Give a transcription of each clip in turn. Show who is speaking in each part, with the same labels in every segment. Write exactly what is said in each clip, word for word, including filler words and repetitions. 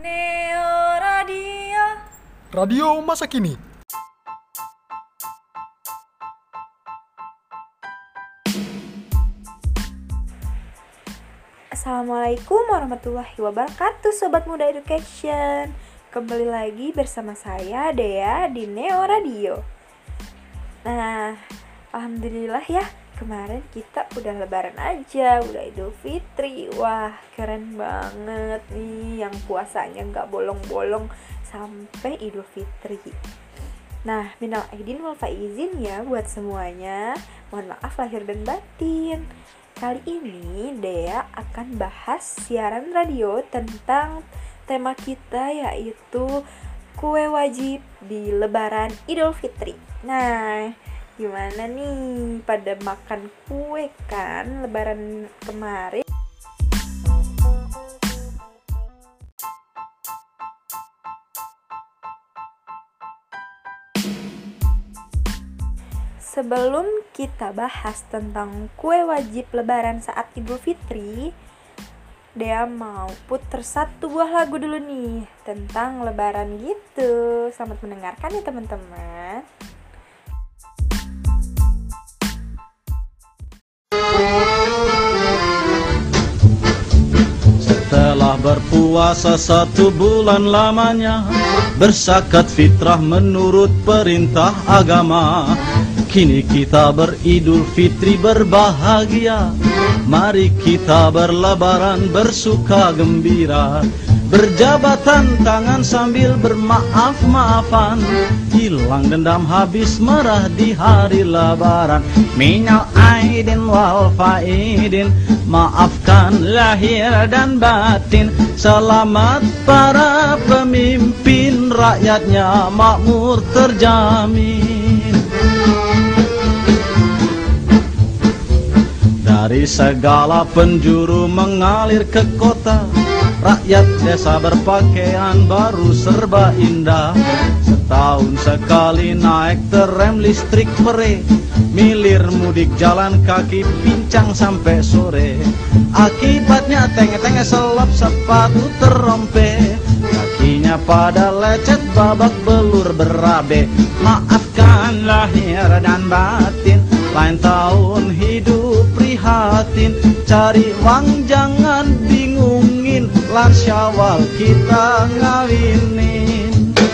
Speaker 1: Neo Radio.
Speaker 2: Radio masa kini.
Speaker 1: Assalamualaikum warahmatullahi wabarakatuh, Sobat Muda Education. Kembali lagi bersama saya Dea di Neo Radio. Nah, alhamdulillah ya, kemarin kita udah lebaran aja, udah Idul Fitri. Wah, keren banget nih yang puasanya gak bolong-bolong sampai Idul Fitri. Nah, minal aidin wal faizin ya buat semuanya. Mohon maaf lahir dan batin. Kali ini Dea akan bahas siaran radio tentang tema kita, yaitu kue wajib di lebaran Idul Fitri. Nah, gimana nih, pada makan kue kan lebaran kemarin? Sebelum kita bahas tentang kue wajib lebaran saat Idul Fitri, Dea mau puter satu buah lagu dulu nih tentang lebaran gitu. Selamat mendengarkan ya teman-teman.
Speaker 3: Setelah berpuasa satu bulan lamanya, berzakat fitrah menurut perintah agama. Kini kita beridul fitri berbahagia. Mari kita berlebaran bersuka gembira, berjabatan tangan sambil bermaaf-maafan, hilang dendam habis merah di hari lebaran. Minal aidin wal faidin, maafkan lahir dan batin. Selamat para pemimpin, rakyatnya makmur terjamin. Dari segala penjuru mengalir ke kota, rakyat desa berpakaian baru serba indah. Setahun sekali naik terem listrik pere, milir mudik jalan kaki pincang sampai sore. Akibatnya tenge-tenge selap sepatu terompe, kakinya pada lecet babak belur berabe. Maafkan lahir dan batin, lain tahun hidup prihatin. Cari uang jangan bingungin, lan Syawal kita ngawinin.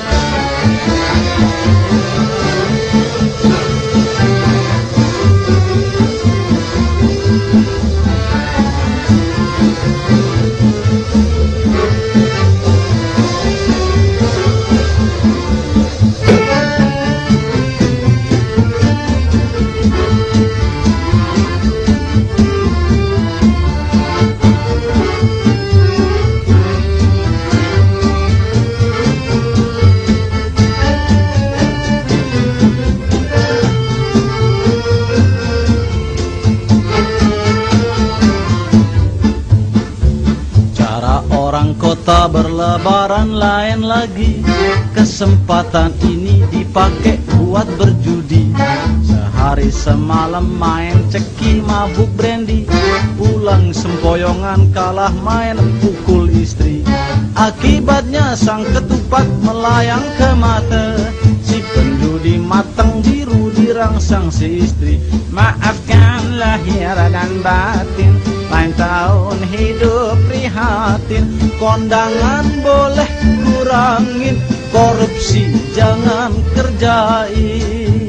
Speaker 3: Kota berlebaran lain lagi, kesempatan ini dipakai buat berjudi. Sehari semalam main ceki mabuk brandy, pulang sempoyongan kalah main pukul istri. Akibatnya sang ketupat melayang ke mata, si penjudi matang biru dirangsang si istri. Maafkan lahir dan batin, lain tahun hidup prihatin. Kondangan boleh kurangin, korupsi jangan kerjain.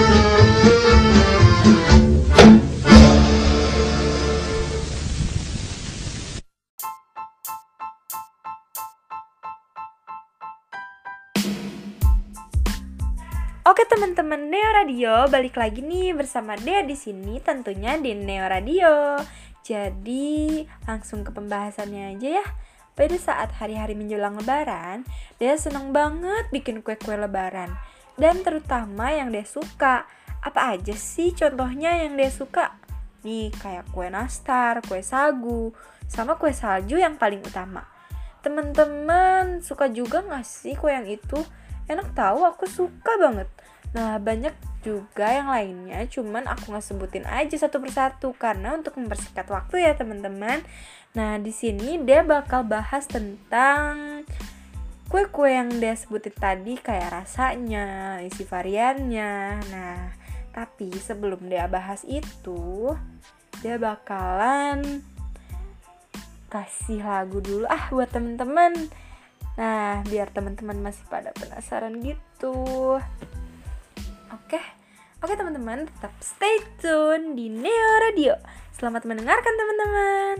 Speaker 1: Oke teman-teman Neo Radio, balik lagi nih bersama Dea di sini, tentunya di Neo Radio. Jadi langsung ke pembahasannya aja ya. Pada saat hari-hari menjelang lebaran, Dea seneng banget bikin kue-kue lebaran, dan terutama yang Dea suka. Apa aja sih contohnya yang Dea suka? Nih kayak kue nastar, kue sagu, sama kue salju yang paling utama. Teman-teman suka juga gak sih kue yang itu? Enak tahu, aku suka banget. Nah, banyak juga yang lainnya, cuman aku nggak sebutin aja satu persatu karena untuk mempersingkat waktu ya teman-teman. Nah, di sini dia bakal bahas tentang kue-kue yang dia sebutin tadi kayak rasanya, isi variannya. Nah, tapi sebelum dia bahas itu, dia bakalan kasih lagu dulu ah buat temen-temen. Nah, biar teman-teman masih pada penasaran gitu. Oke, oke teman-teman, tetap stay tune di Neo Radio. Selamat mendengarkan teman-teman.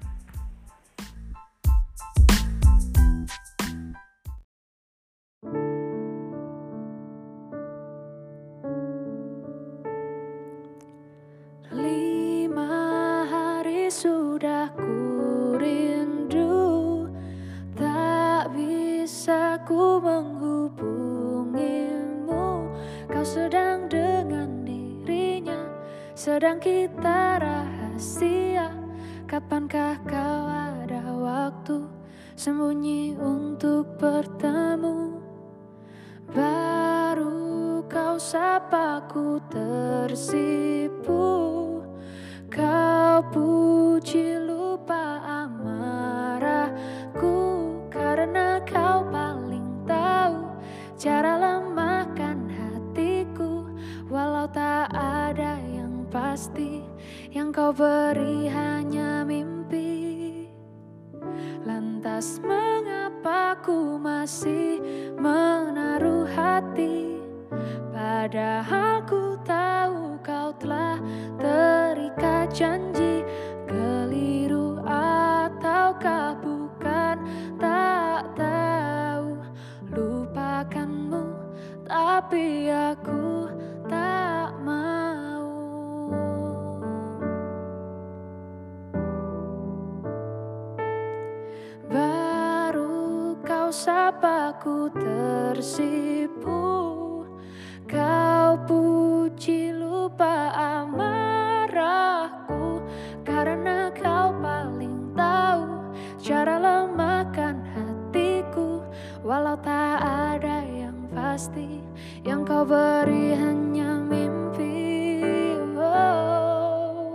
Speaker 4: Lima hari sudah ku rindu, tak bisa ku menghubungimu. Kau sedang dengan dirinya, sedang kita rahasia. Kapankah kau ada waktu sembunyi untuk bertemu? Baru kau sapa ku tersipu. Kau puji lupa amarahku, karena kau paling tahu cara lemahkan hatiku. Walau tak ada yang pasti, yang kau beri hanya mimpi. Lantas mengapa ku masih menaruh hati, padahal ku tahu kau telah terikat janji. Keliru ataukah bukan, tak tahu. Lupakanmu, tapi aku tak mau. Baru kau sapa ku tersipu. Kau puji lupa amarahku, karena kau paling tahu cara lemahkan hatiku. Walau tak ada yang pasti, yang kau beri hanya mimpi. Oh.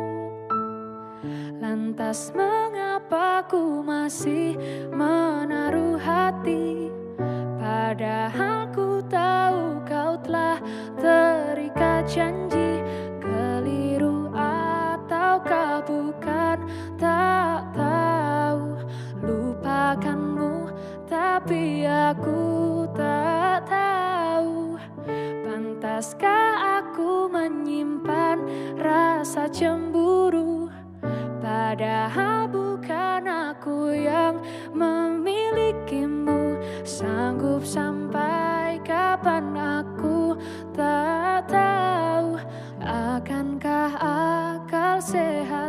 Speaker 4: Lantas mengapa ku masih menaruh hati, padahal ku tahu kau telah terikat janji. Keliru ataukah bukan, tak tahu. Lupakanmu, tapi aku tak tahu. Pantaskah aku menyimpan rasa cemburu, padahal bukan aku yang memilikimu. Sanggup sampai kapan aku tak tahu. Akankah akal sehat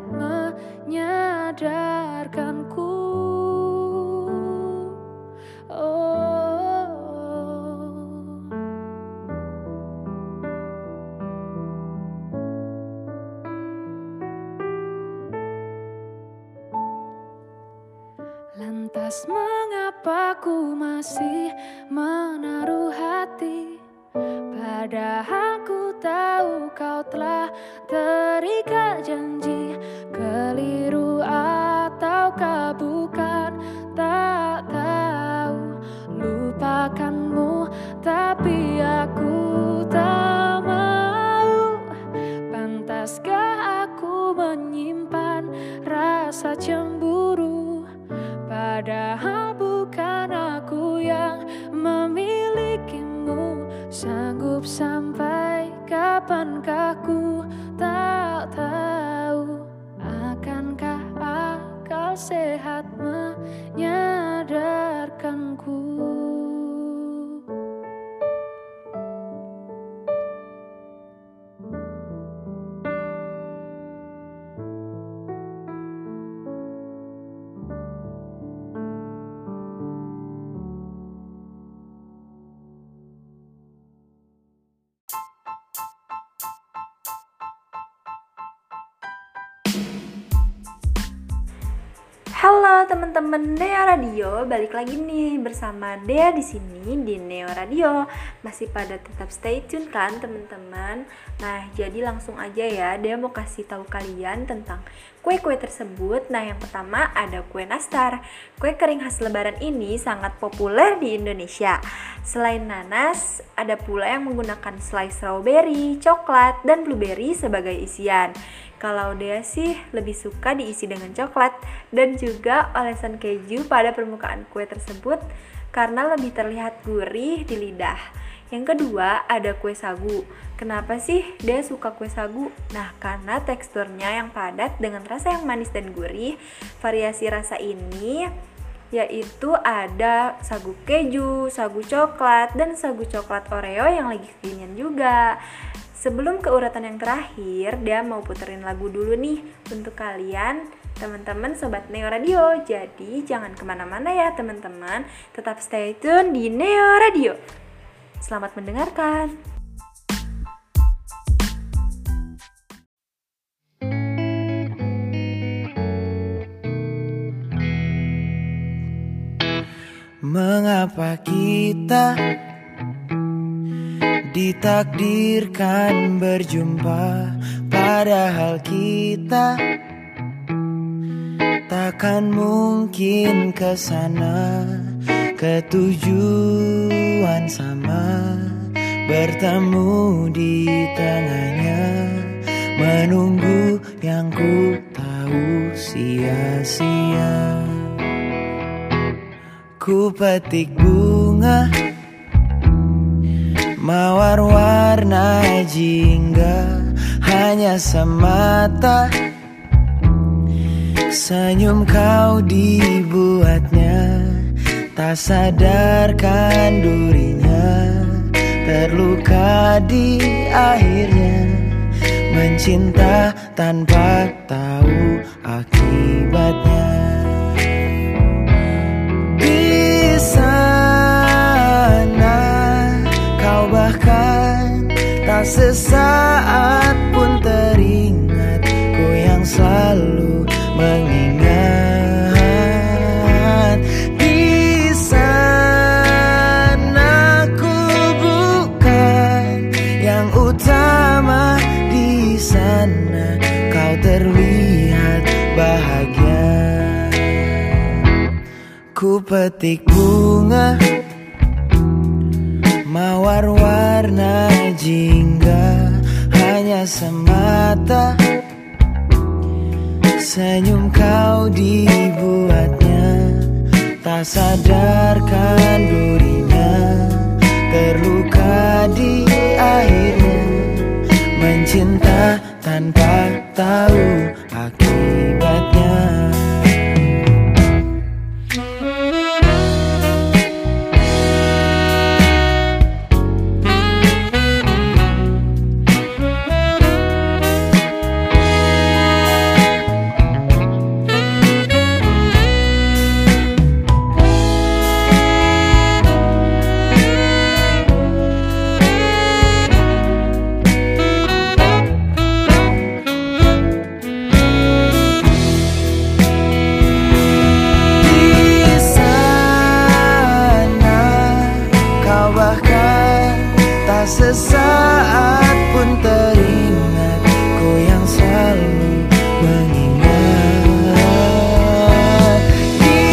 Speaker 4: menyadarkanku? Oh. Lantas mengapa ku masih menaruh hati, padahal ku tahu kau telah terikat janji. Keliru ataukah bukan, tak tahu. Lupakanmu, tapi aku tak mau. Pantaskah aku menyimpan rasa cemburu, padahal bukan aku yang memilikimu. Sanggup sampai kapankah ku tak tahu. Akankah akal sehat menyadarkanku?
Speaker 1: Halo Halo teman-teman Neo Radio, balik lagi nih bersama Dea di sini di Neo Radio. Masih pada tetap stay tune kan teman-teman? Nah, jadi langsung aja ya, Dea mau kasih tahu kalian tentang kue-kue tersebut. Nah, yang pertama ada kue nastar. Kue kering khas lebaran ini sangat populer di Indonesia. Selain nanas, ada pula yang menggunakan selai strawberry, coklat, dan blueberry sebagai isian. Kalau Dea sih lebih suka diisi dengan coklat dan juga olesan keju pada permukaan kue tersebut karena lebih terlihat gurih di lidah. Yang kedua ada kue sagu. Kenapa sih Dea suka kue sagu? Nah, karena teksturnya yang padat dengan rasa yang manis dan gurih. Variasi rasa ini yaitu ada sagu keju, sagu coklat, dan sagu coklat Oreo yang lagi kekinian juga. Sebelum ke urutan yang terakhir, Dia mau puterin lagu dulu nih untuk kalian, teman-teman Sobat Neo Radio. Jadi jangan kemana-mana ya teman-teman, tetap stay tune di Neo Radio. Selamat mendengarkan.
Speaker 5: Mengapa kita ditakdirkan berjumpa, padahal kita takkan mungkin kesana, ke tujuan sama, bertemu di tengahnya, menunggu yang ku tahu sia-sia. Ku petik bunga mawar warna jingga, hanya semata senyum kau dibuatnya, tak sadarkan durinya, terluka di akhirnya, mencinta tanpa tahu akibatnya. Di sana kau bahkan tak sesaat pun teringat, ku yang selalu mengingat. Di sana ku bukan yang utama, di sana kau terlihat bahagia. Ku petik bunga mawar warna jingga, hanya semata senyum kau dibuatnya, tak sadarkan durinya, terluka di akhirnya, mencinta tanpa tahu akibatnya. Sesaat pun teringat, ku yang selalu mengingat. Di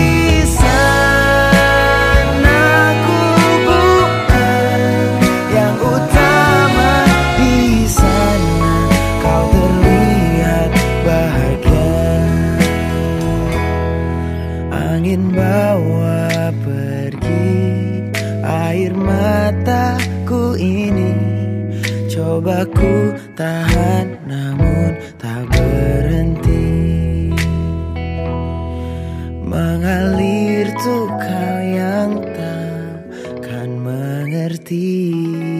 Speaker 5: sana ku bukan yang utama, di sana kau terlihat bahagia. Angin bawa pergi air mataku ini, coba ku tahan namun tak berhenti, mengalir tuh kau yang takkan mengerti.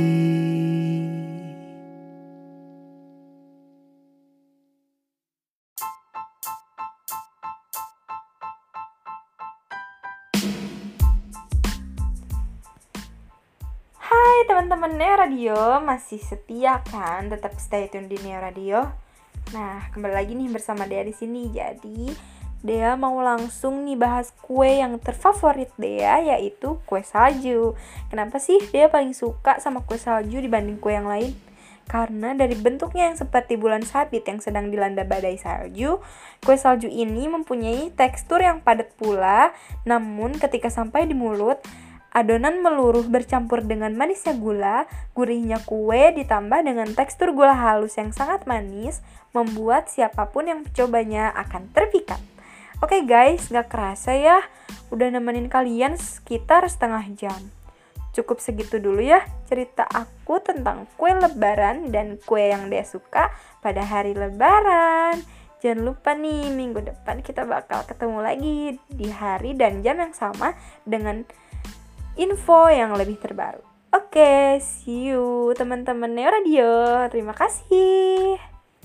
Speaker 1: Hai teman-teman Neo Radio, masih setia kan? Tetap stay tune di Neo Radio. Nah, kembali lagi nih bersama Dea di sini. Jadi, Dea mau langsung nih bahas kue yang terfavorit Dea, yaitu kue salju. Kenapa sih Dea paling suka sama kue salju dibanding kue yang lain? Karena dari bentuknya yang seperti bulan sabit yang sedang dilanda badai salju, kue salju ini mempunyai tekstur yang padat pula. Namun ketika sampai di mulut, adonan meluruh bercampur dengan manisnya gula, gurihnya kue ditambah dengan tekstur gula halus yang sangat manis, membuat siapapun yang mencobanya akan terpikat. Oke guys, gak kerasa ya, udah nemenin kalian sekitar setengah jam. Cukup segitu dulu ya cerita aku tentang kue lebaran dan kue yang dia suka pada hari lebaran. Jangan lupa nih, minggu depan kita bakal ketemu lagi di hari dan jam yang sama dengan info yang lebih terbaru. Oke, see you teman-teman Neo Radio. Terima kasih.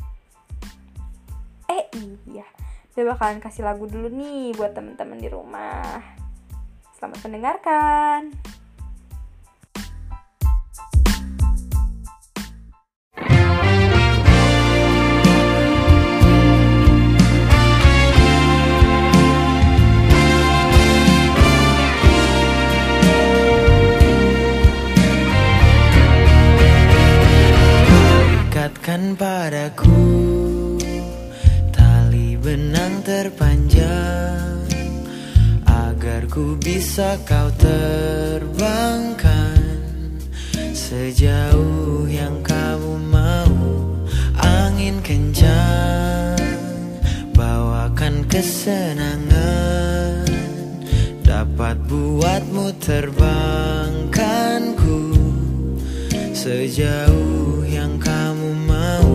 Speaker 1: Eh iya, gue bakalan kasih lagu dulu nih buat teman-teman di rumah. Selamat mendengarkan.
Speaker 5: Ikatkan padaku tali benang terpanjang, agar ku bisa kau terbangkan sejauh yang kamu mau. Angin kencang bawakan kesenangan, dapat buatmu terbangkanku sejauh yang kamu mau.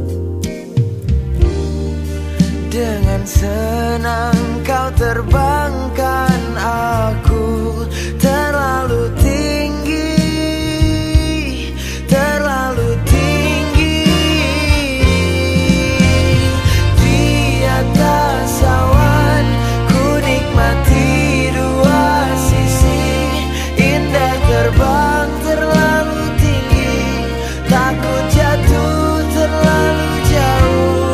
Speaker 5: Dengan senang kau terbangkan aku terlalu tinggi, terlalu tinggi. Di atas awan ku nikmati dua sisi, indah terbang terlalu tinggi, takut jatuh terlalu jauh.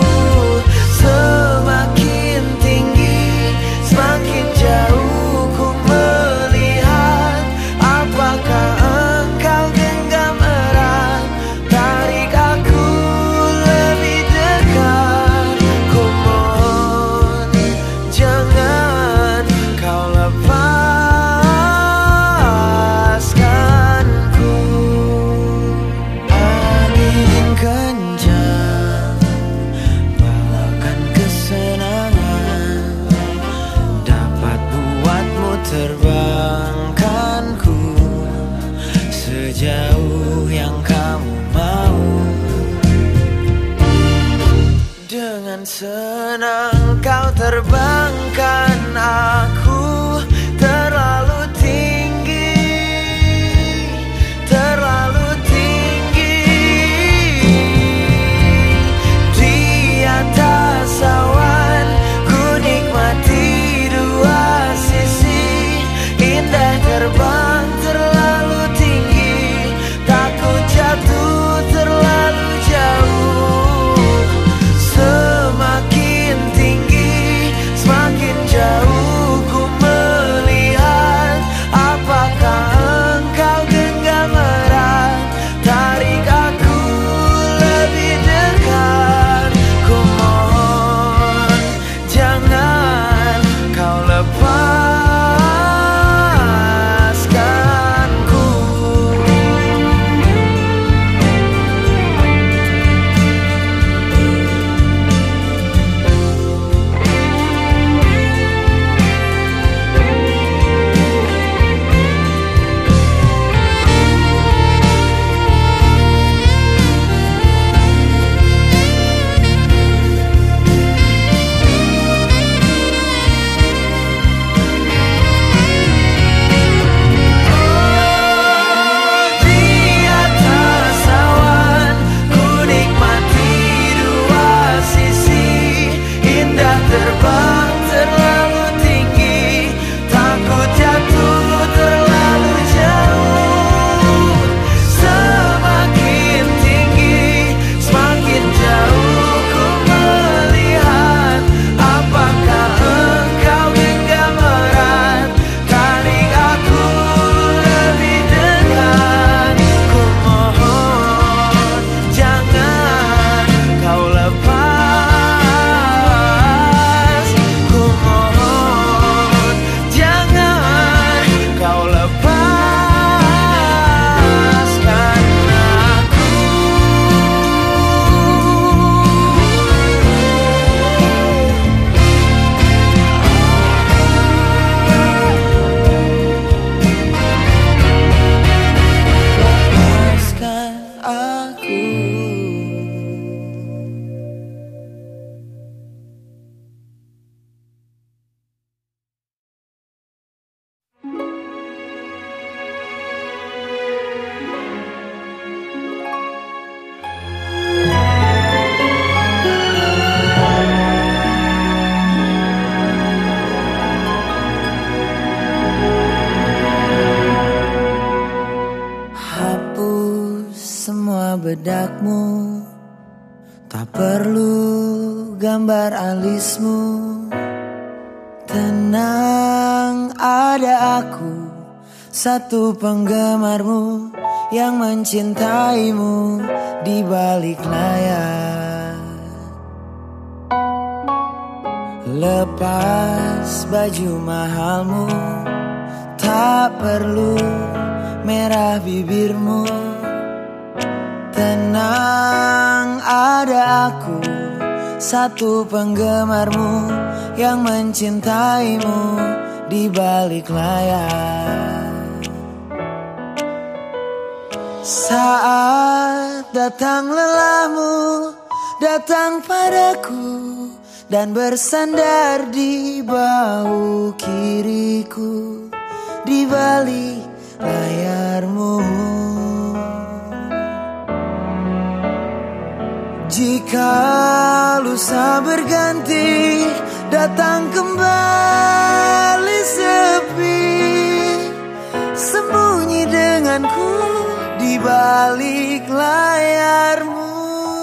Speaker 5: Semakin tinggi, semakin jauh ku melihat. Apakah engkau genggam erat, tarik aku lebih dekat. Ku mohon jangan kau lepaskanku. Angin kencang bawakan kesenangan, dapat buatmu terbangkanku sejauh yang kamu mau. Dengan senang kau terbangkan aku terlalu tinggi, terlalu tinggi. Di atas awan ku nikmati dua sisi, indah terbang terlalu tinggi, takut jatuh terlalu jauh. Semakin tinggi, semakin jauh ku bedakmu, tak perlu gambar alismu. Tenang, ada aku, satu penggemarmu yang mencintaimu di balik layar. Lepas baju mahalmu, tak perlu merah bibirmu. Tenang, ada aku, satu penggemarmu yang mencintaimu di balik layar. Saat datang lelahmu, datang padaku dan bersandar di bahu kiriku di balik layarmu. Jika lusa berganti, datang kembali sepi, sembunyi denganku di balik layarmu.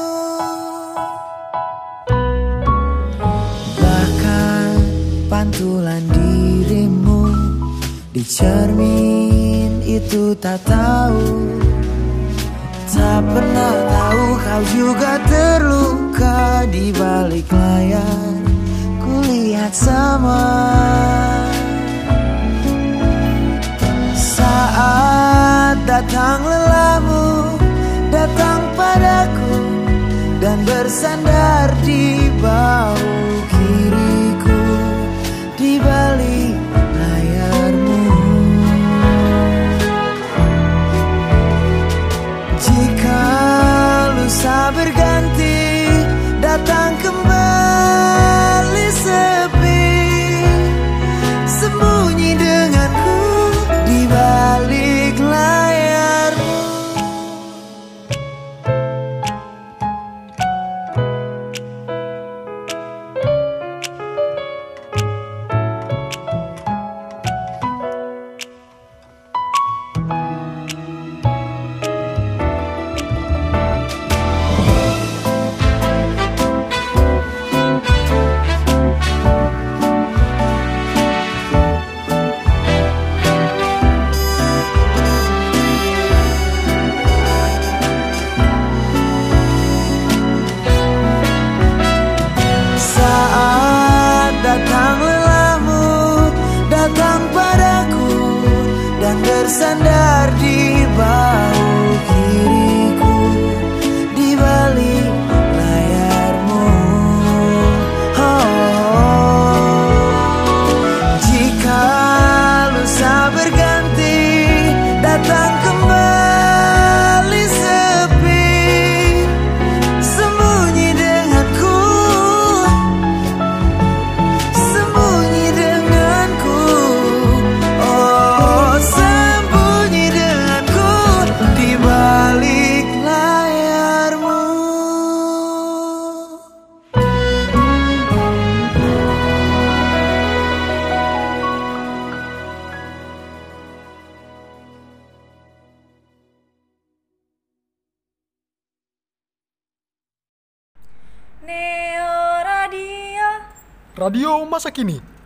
Speaker 5: Bahkan pantulan dirimu di cermin itu tak tahu, tak pernah tahu kau juga terluka di balik layar. Kulihat sama saat datang lelahmu, datang padaku dan bersandar di bahu kiriku di balik layarmu. Jika lusa berganti, datang kembali sepi, sembunyi denganku di balik layarmu. Bersandar di bahu kiriku di balik layarmu. Oh, jika lusa berganti, datang kembali sepi, sembunyi denganku, sembunyi denganku. Oh, di balik layarmu.
Speaker 1: Neo Radio.
Speaker 2: Radio masa kini.